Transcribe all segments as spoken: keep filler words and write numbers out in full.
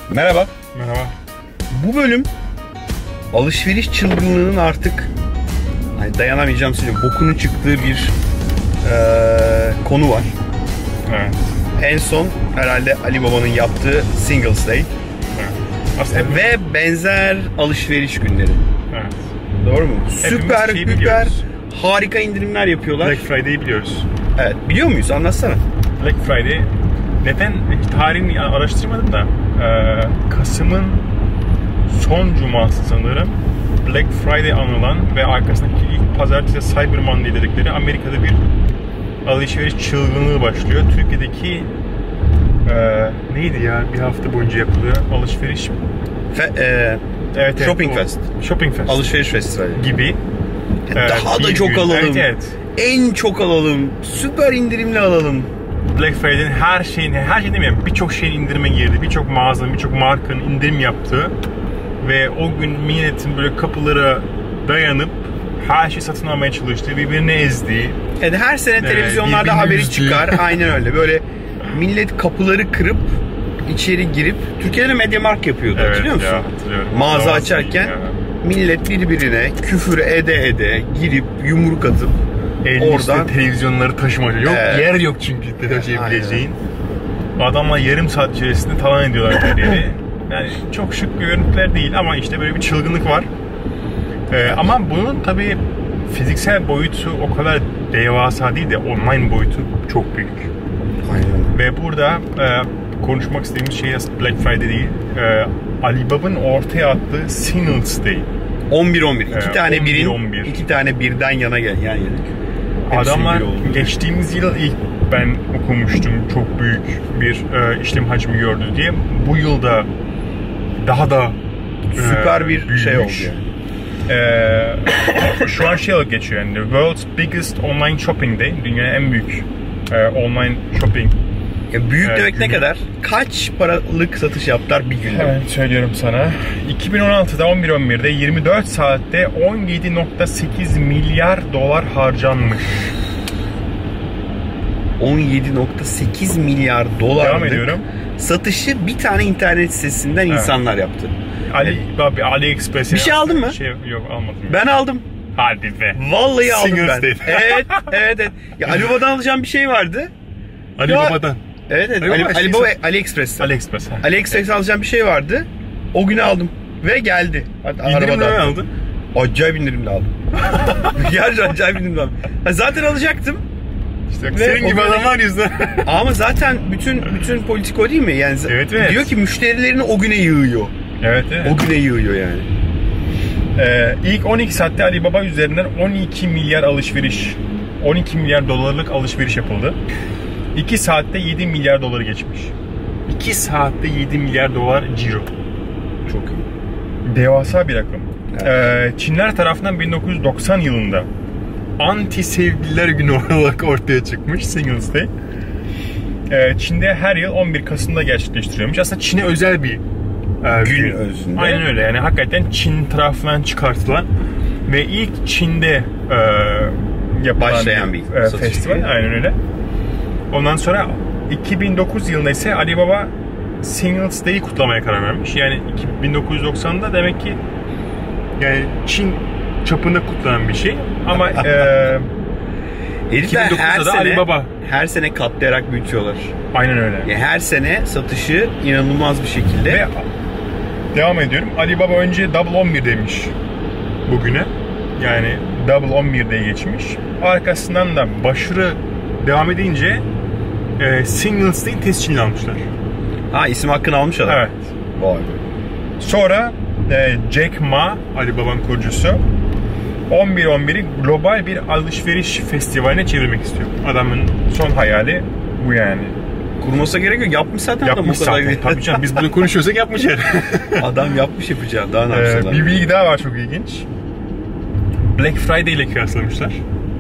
Merhaba. Merhaba. Bu bölüm alışveriş çılgınlığının artık hani dayanamayacağım söyleyeyim bokunu çıktığı bir ee, konu var. Evet. En son herhalde Ali Baba'nın yaptığı Singles Day. Evet. Aslında ve benzer alışveriş günleri. Evet. Doğru mu? Hepimiz Süper şeyi süper biliyoruz. harika indirimler yapıyorlar. Black Friday'i biliyoruz. Evet. Biliyor muyuz? Anlatsana. Black Friday neden tarihini araştırmadım da e, Kasım'ın son cuması sanırım Black Friday anılan ve arkasındaki ilk pazartesi Cyber Monday dedikleri Amerika'da bir alışveriş çılgınlığı başlıyor. Türkiye'deki e, neydi ya bir hafta boyunca yapılıyor alışveriş Fe, e, evet, Shopping evet, Fest. Shopping Fest Alışveriş festivali. gibi. Daha e, da bir çok gün. alalım. Evet, evet. En çok alalım. Süper indirimli alalım. Black Friday'in her şeyin, her şey demeyeyim, birçok şeyin indirime girdi. Birçok mağazanın, birçok markanın indirim yaptığı ve o gün milletin böyle kapılara dayanıp her şeyi satın almaya çalıştığı, birbirini ezdiği. Evet, her sene televizyonlarda birbirini haberi üzdüğü. çıkar. Aynen öyle. Böyle millet kapıları kırıp içeri girip Türkiye'de de MediaMarkt yapıyordu. Evet, hatırlıyor musun? ya, hatırlıyorum. Mağaza Mağaza açarken ya. millet birbirine küfür ede ede girip yumruk atıp Elbise oradan televizyonları taşımaca. Yok, Evet. yer yok çünkü taşıyabileceğin. Adamlar yarım saat içerisinde talan ediyorlar her yeri. Yani çok şık görüntüler değil ama işte böyle bir çılgınlık var. Ee, ama bunun tabii fiziksel boyutu o kadar devasa değil de online boyutu çok büyük. Aynen. Ve burada e, konuşmak istediğimiz şey Black Friday değil. E, Alibaba'nın ortaya attığı Singles Day. on bir on bir. İki Evet, tane on bir, birin, on bir. iki tane birden yana gel yan yana. Hepsinin Adamlar bir oldu. geçtiğimiz yıl ilk ben okumuştum çok büyük bir e, işlem hacmi gördü diye. Bu yılda daha da Süper e, bir büyümüş. şey oldu yani. E, şu an şey olarak geçiyor yani The World's Biggest Online Shopping Day. Dünyanın en büyük e, online shopping. Ya büyük Evet, demek ne günü. kadar? Kaç paralık satış yaptılar bir günde? Evet, söylüyorum sana. iki bin on altıda on bir on birde yirmi dört saatte on yedi nokta sekiz milyar dolar harcanmış. on yedi nokta sekiz milyar Devam dolarlık ediyorum. satışı bir tane internet sitesinden Evet. insanlar yaptı. Ali, abi AliExpress'e Bir şey aldın mı? Şey, yok almadım. Ben aldım. Hadi be. Vallahi aldım Singles ben. Day. Evet, evet, evet. Ya Ali Baba'dan alacağım bir şey vardı. Ali Ya- Baba'dan. Evet, evet. Ali Ali, Baba Ali şey Baba sat- AliExpress'ten. AliExpress. ha. AliExpress'ten alacağım bir şey vardı. O günü aldım ve geldi. Hatta İndirimle arabadan. mi aldın? Acayip indirimle aldım. Gerçekten acayip indirimle aldım. Ha, zaten alacaktım. İşte Ve senin o gibi böyle- adamlar yüzünden. Ama zaten bütün bütün politik o değil mi? Yani Evet, evet. diyor ki müşterilerini o güne yığıyor. Evet, evet. O güne yığıyor yani. Ee, ilk on iki saatte Alibaba üzerinden on iki milyar alışveriş, on iki milyar dolarlık alışveriş yapıldı. iki saatte yedi milyar doları geçmiş. iki saatte yedi milyar dolar ciro. Çok iyi. Devasa bir rakam. Evet. Ee, Çinler tarafından bin dokuz yüz doksan yılında anti sevgililer günü olarak ortaya çıkmış Singles Day. Ee, Çin'de her yıl on bir Kasım'da gerçekleştiriyormuş. Aslında Çin'e özel bir e, Gün özünde. Aynen öyle. Yani hakikaten Çin tarafından çıkartılan ve ilk Çin'de e, yapılan Başlayan bir e, satış festival. günü. Aynen öyle. Ondan sonra iki bin dokuz yılında ise Alibaba Singles Day'i kutlamaya karar vermiş. Yani bin dokuz yüz doksanda demek ki yani Çin çapında kutlanan bir şey. Ama e, Herifler iki bin dokuzda her da sene, Alibaba. her sene katlayarak büyütüyorlar. aynen öyle. Yani her sene satışı inanılmaz bir şekilde. Ve devam ediyorum. Alibaba önce Double on bir demiş bugüne. Yani Double on bir diye geçmiş. Arkasından da başarı devam edince e, Singles Day'in tescilini almışlar. Ha, isim hakkını almış adam. Evet. Vay be. Sonra e, Jack Ma, Alibaba'nın kurucusu, on bir on biri global bir alışveriş festivaline çevirmek istiyor. Adamın son hayali bu yani. Kurması gerek yok. Yapmış zaten adam Yapmış o kadar. zaten. Tabii canım, biz bunu konuşuyorsak yapmış her. Adam yapmış yapacağını. Daha ne Ee, yapsınlar? bir bilgi daha var çok ilginç. Black Friday ile kıyaslamışlar.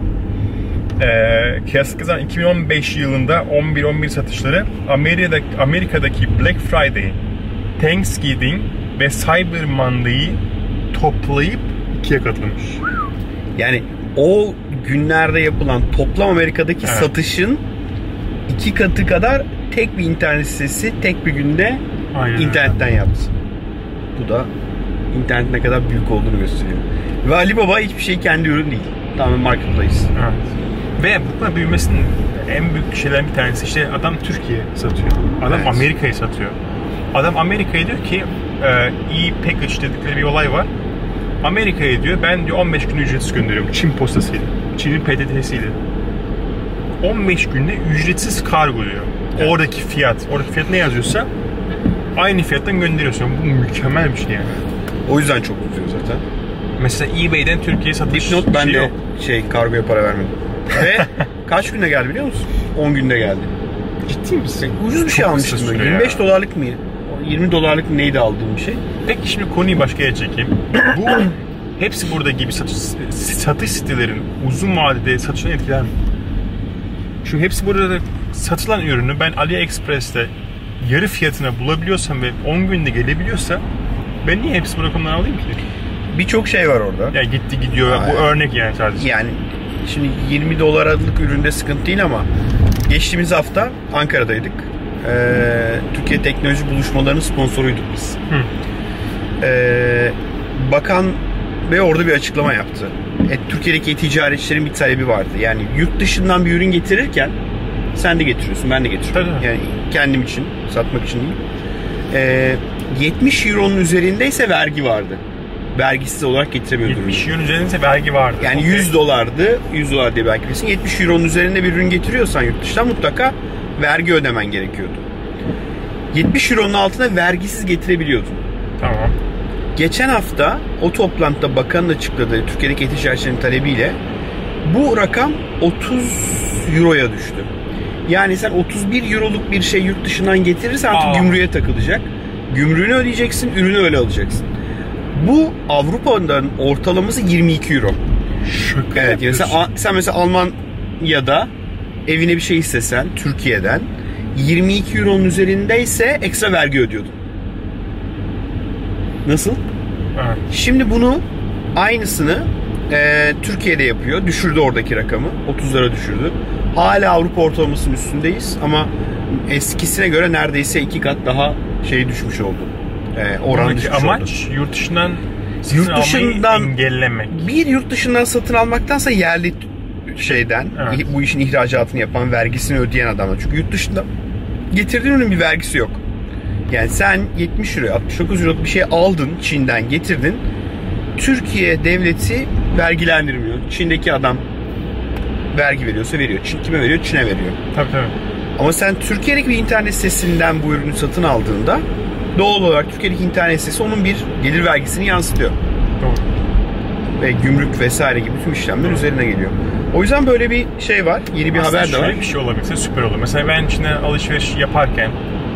Ee, kıyasladığı zaman iki bin on beş yılında on bir on bir satışları Amerika'daki, Amerika'daki Black Friday, Thanksgiving ve Cyber Monday'ı toplayıp ikiye katlamış. Yani o günlerde yapılan toplam Amerika'daki Evet. satışın iki katı kadar tek bir internet sitesi tek bir günde Aynen internetten öyle. yaptı. Bu da internet ne kadar büyük olduğunu gösteriyor. Ve Alibaba hiçbir şey kendi ürün değil. Tamamen marketplace. Evet. Ve bu kadar büyümesinin en büyük şeylerden bir tanesi işte adam Türkiye satıyor. Adam Evet. Amerika'yı satıyor. Adam Amerika'ya diyor ki e-package dedikleri bir olay var. Amerika'ya diyor ben diyor on beş gün ücretsiz gönderiyorum. Çin postasıyla. Çin'in P T T'siyle. on beş günde ücretsiz kargo diyor. Evet. Oradaki fiyat. Oradaki fiyat ne yazıyorsa aynı fiyattan gönderiyorsun. Bu mükemmel bir şey yani. O yüzden çok tutuyor zaten. Mesela eBay'den Türkiye'ye satış Dipnot ben şey de yok. şey kargoya para vermedim. Ve kaç günde geldi biliyor musun? on günde geldi. Ciddi misin? Ucuz bir şey Çok kısa almıştım. süre yirmi beş ya. dolarlık mı? yirmi dolarlık mı neydi aldığım bir şey? Peki şimdi konuyu başka yere çekeyim. Bu hepsi burada gibi satış, satış sitelerin uzun vadede satışını etkiler mi? Çünkü hepsi burada satılan ürünü ben AliExpress'te yarı fiyatına bulabiliyorsam ve on günde gelebiliyorsa ben niye hepsi bu rakamdan alayım ki? Birçok şey var orada. Yani gitti gidiyor. Aa, bu örnek yani sadece. Yani şimdi yirmi dolarlık üründe sıkıntı değil ama geçtiğimiz hafta Ankara'daydık. Ee, Türkiye Teknoloji Buluşmalarının sponsoruyduk biz. Hı. Ee, bakan ve orada bir açıklama yaptı. E, Türkiye'deki e-ticaretçilerin bir talebi vardı. Yani yurt dışından bir ürün getirirken sen de getiriyorsun, ben de getiriyorum. Tabii. Yani kendim için, satmak için değil. Ee, yetmiş euronun üzerindeyse vergi vardı. Vergisiz olarak getiremiyordun. yetmiş euro üzerinde vergi vardı. Yani Okay. yüz dolardı, yüz dolar diye belki bilirsin. yetmiş euronun üzerinde bir ürün getiriyorsan yurt dışından mutlaka vergi ödemen gerekiyordu. yetmiş euronun altına vergisiz getirebiliyordun. Tamam. Geçen hafta o toplantıda bakanın açıkladığı Türkiye'deki e-ticaretçilerin talebiyle bu rakam otuz euroya düştü. Yani sen otuz bir euroluk bir şey yurt dışından getirirsen artık Aa. gümrüğe takılacak. Gümrüğünü ödeyeceksin, ürünü öyle alacaksın. Bu Avrupa'nın ortalaması yirmi iki euro. Şaka Evet, yani sen, sen mesela Almanya'da evine bir şey istesen Türkiye'den yirmi iki euronun üzerindeyse ekstra vergi ödüyordun. Nasıl? Evet. Şimdi bunu aynısını e, Türkiye'de yapıyor. Düşürdü oradaki rakamı. otuzlara düşürdü. Hala Avrupa ortalamasının üstündeyiz ama eskisine göre neredeyse iki kat daha şey düşmüş oldu. E, oran Buradaki düşmüş amaç oldu. yurt dışından satın Yurt dışından almayı engellemek. Bir yurt dışından satın almaktansa yerli şeyden Evet. bu işin ihracatını yapan, vergisini ödeyen adamlar. Çünkü yurt dışında getirdiğin ürünün bir vergisi yok. Yani sen yetmiş euro, altmış dokuz euro bir şey aldın, Çin'den getirdin. Türkiye devleti vergilendirmiyor. Çin'deki adam vergi veriyorsa veriyor. Çin kime veriyor? Çin'e veriyor. Tabii tabii. Ama sen Türkiye'deki bir internet sitesinden bu ürünü satın aldığında doğal olarak Türkiye'deki internet sitesi onun bir gelir vergisini yansıtıyor. Doğru. Ve gümrük vesaire gibi tüm işlemler üzerine geliyor. O yüzden böyle bir şey var. Yeni bir Aslında haber de var. şöyle bir şey olabilse süper olur. Mesela ben içine alışveriş yaparken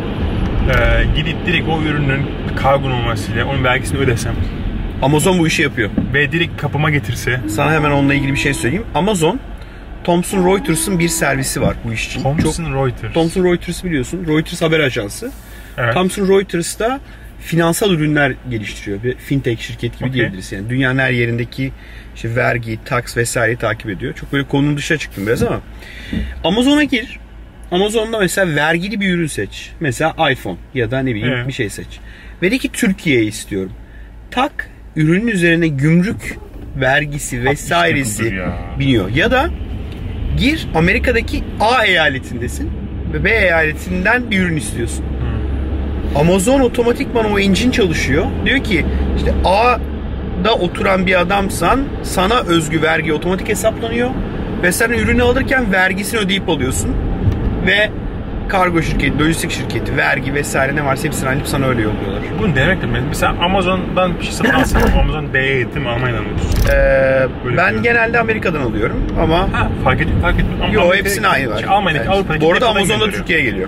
e, gidip direkt o ürünün kargo olmasıyla onun vergisini ödesem Amazon bu işi yapıyor. ve direkt kapıma getirse. Sana hemen onunla ilgili bir şey söyleyeyim. Amazon, Thomson Reuters'ın bir servisi var bu iş için. Thomson Çok, Reuters. Thomson Reuters biliyorsun. Reuters haber ajansı. Evet. Thomson Reuters da finansal ürünler geliştiriyor. Bir fintech şirket gibi Okay. diyebiliriz. Yani dünyanın her yerindeki işte vergi, tax vesaireyi takip ediyor. Çok böyle konunun dışına çıktım biraz ama Amazon'a gir. Amazon'da mesela vergili bir ürün seç. Mesela iPhone ya da ne bileyim Evet. bir şey seç. Ve de ki Türkiye'yi istiyorum. Tak, ürünün üzerine gümrük vergisi vesairesi ya. biniyor. Ya da gir Amerika'daki A eyaletindesin ve B eyaletinden bir ürün istiyorsun. Amazon otomatikman o engine çalışıyor. Diyor ki işte A'da oturan bir adamsan sana özgü vergi otomatik hesaplanıyor ve sen ürünü alırken vergisini ödeyip alıyorsun ve kargo şirketi, lojistik şirketi, vergi vesaire ne varsa hepsini alıp sana öyle yolluyorlar. Bunu denemek de mesela Amazon'dan bir şey satın alsam Amazon B'ye gittim Almanya'dan alıyorsun. Ee, ben bir- genelde Amerika'dan alıyorum ama Ha fark ettim fark ettim. Ama yo Amerika'ya- hepsine aynı var. Şey, Almanya'daki Evet. Avrupa'daki Bu arada depodan Amazon'da gönderiyor. Türkiye'ye geliyor.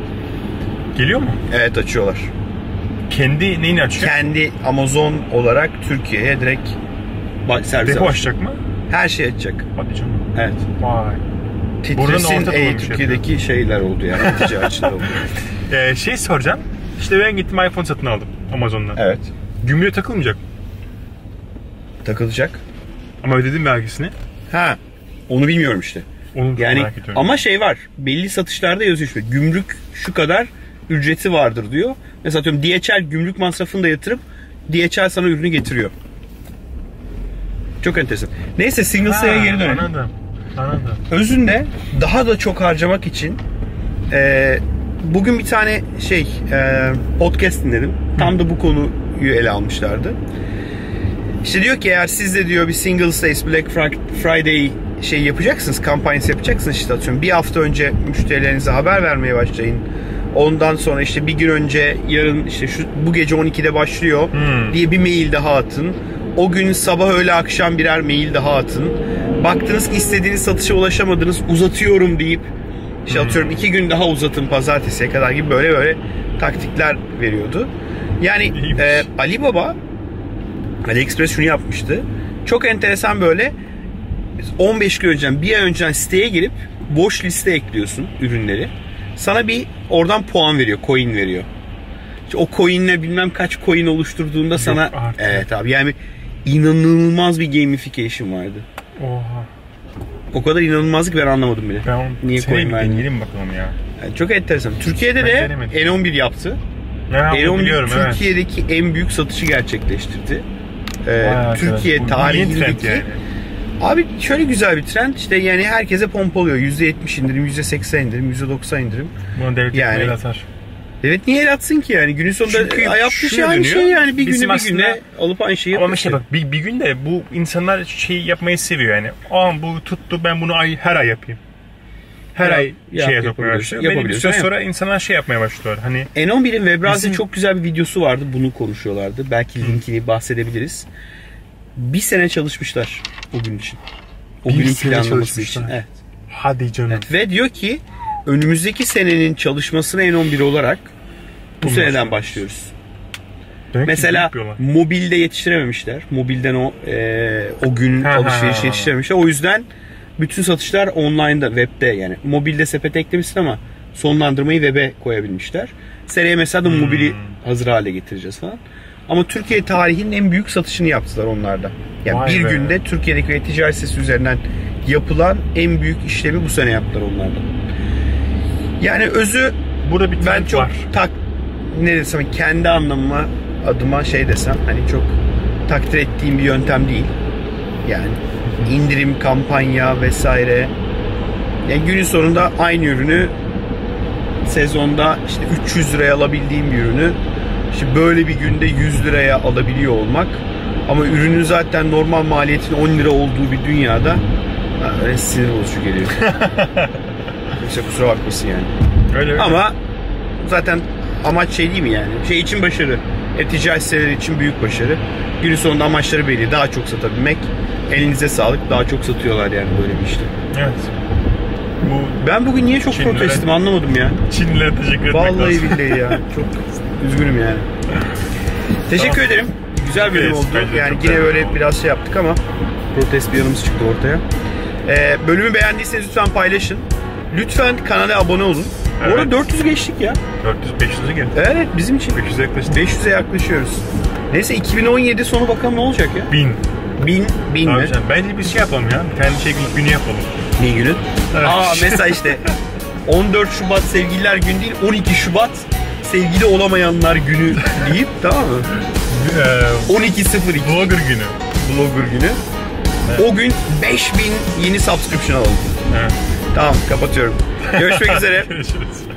Geliyor mu? Evet, açıyorlar. Kendi neyini açıyor? Kendi Amazon olarak Türkiye'ye direkt servis Depo var. açacak mı? Her şey açacak. Hadi canım. Evet. Vay. Buradan Titresin Orta ey Doğu'nun şey Türkiye'deki şeyler oldu yani. Ticaretçiler oldu. Ee, şey soracağım. İşte ben gittim iPhone satın aldım Amazon'dan. Evet. Gümrüğe takılmayacak. Takılacak. Ama ödedim vergisini. Ha. Onu bilmiyorum işte. Onu Yani merak ediyorum. ama şey var. Belli satışlarda yazıyor işte. Gümrük şu kadar ücreti vardır diyor. Mesela diyorum D H L gümrük masrafını da yatırıp D H L sana ürünü getiriyor. Çok enteresan. Neyse single site'ye geri dönelim. Anladım. Anladım. Özünde daha da çok harcamak için e, bugün bir tane şey e, podcast dinledim. Tam da bu konuyu ele almışlardı. İşte diyor ki eğer siz de diyor bir single days Black Friday şey yapacaksınız, kampanyası yapacaksınız, işte atıyorum bir hafta önce müşterilerinize haber vermeye başlayın. Ondan sonra işte bir gün önce, yarın işte şu bu gece on ikide başlıyor hmm. diye bir mail daha atın. O gün sabah öğle akşam birer mail daha atın. Baktınız ki istediğiniz satışa ulaşamadınız, uzatıyorum deyip işte hmm. atıyorum iki gün daha uzatın pazartesiye kadar gibi böyle böyle taktikler veriyordu. Yani e, Alibaba, AliExpress şunu yapmıştı. Çok enteresan, böyle on beş gün önceden, bir ay önceden siteye girip boş liste ekliyorsun ürünleri. Sana bir oradan puan veriyor, coin veriyor. İşte o coin'le bilmem kaç coin oluşturduğunda yok sana artık. Evet abi, yani inanılmaz bir gamification vardı. Oha. O kadar inanılmaz ki ben anlamadım bile. Ben niye coin verdi? Deneyelim bakalım ya. Yani çok enteresan. Türkiye'de ben de N on bir yaptı. N on bir Türkiye'deki evet. en büyük satışı gerçekleştirdi. Ee, Türkiye evet. tarihindeki yani. Abi şöyle güzel bir trend, işte yani herkese pompalıyor. yüzde yetmiş indirim, yüzde seksen indirim, yüzde doksan indirim. Bunu devlet yani, el atar. Evet, niye el atsın ki yani? Günün sonunda yaptığı şey aynı şey yani. Bir güne bir güne alıp aynı şeyi yapıyor. Ama şey bak, bir, bir günde bu insanlar şey yapmayı seviyor yani. Aa bu tuttu, ben bunu ay, her ay yapayım. Her ya, ay yap, şey yapmaya başlıyor. Belli bir süre sonra insanlar şey yapmaya başlıyor. Hani N on bir'in Webrazi'de bizim... çok güzel bir videosu vardı. Bunu konuşuyorlardı. Belki linkini bahsedebiliriz. Bir sene çalışmışlar o gün için. O bir günün planlaması için. Evet. Hadi canım. Evet. Ve diyor ki önümüzdeki senenin çalışmasına N on bir olarak bu Bunlar seneden başlıyoruz. Demek mesela mobilde yetiştirememişler. Mobilden o e, o günün alışverişi yetiştirememişler. O yüzden bütün satışlar online'da, webde yani. Mobilde sepete eklemişsin ama sonlandırmayı web'e koyabilmişler. Seneye mesela da hmm. mobili hazır hale getireceğiz falan. Ama Türkiye tarihinin en büyük satışını yaptılar onlarda. Yani Vay bir be. günde Türkiye'deki e-ticaret sitesi üzerinden yapılan en büyük işlemi bu sene yaptılar onlarda. Yani özü burada bir ben çok var. tak ne desem kendi anlamıma adıma şey desem hani çok takdir ettiğim bir yöntem değil. Yani indirim, kampanya vesaire. Yani günün sonunda aynı ürünü sezonda işte üç yüz liraya alabildiğim bir ürünü işte böyle bir günde yüz liraya alabiliyor olmak, ama ürünün zaten normal maliyetinin on lira olduğu bir dünyada öyle sinir bozucu geliyor. Kimse kusura bakmasın yani. Öyle öyle. Ama zaten amaç şey değil mi yani? Şey için başarı. E-ticaret siteleri için büyük başarı. Günün sonunda amaçları belli. Daha çok satabilmek. Elinize sağlık. Daha çok satıyorlar yani böyle bir işte. Evet. Bu ben bugün niye çok Çinlere, protestim anlamadım ya. Çinlilere teşekkür etmek Vallahi lazım. billahi ya. Çok üzgünüm yani. Teşekkür tamam. ederim. Güzel bir bölüm oldu. Yani yine böyle oldu. Biraz şey yaptık ama protest bir yanımız çıktı ortaya. Ee, bölümü beğendiyseniz lütfen paylaşın. Lütfen kanala abone olun. Evet. Bu arada dört yüz geçtik ya. dört yüz beş yüze geldi. Evet, bizim için. beş yüze yaklaştık. beş yüze yaklaşıyoruz. Neyse iki bin on yedi sonu bakalım ne olacak ya. bin. bin, bin mi? Bence bir şey yapalım ya. Bir tane şey günü yapalım. Ne günü? Evet. Aa mesela işte on dört Şubat sevgililer günü değil, on iki Şubat sevgili olamayanlar günü deyip tamam mı? on iki sıfır iki Blogger günü. Blogger günü. Evet. O gün beş bin yeni subscription alalım. Evet. Tamam, kapatıyorum. Görüşmek üzere. Görüşürüz.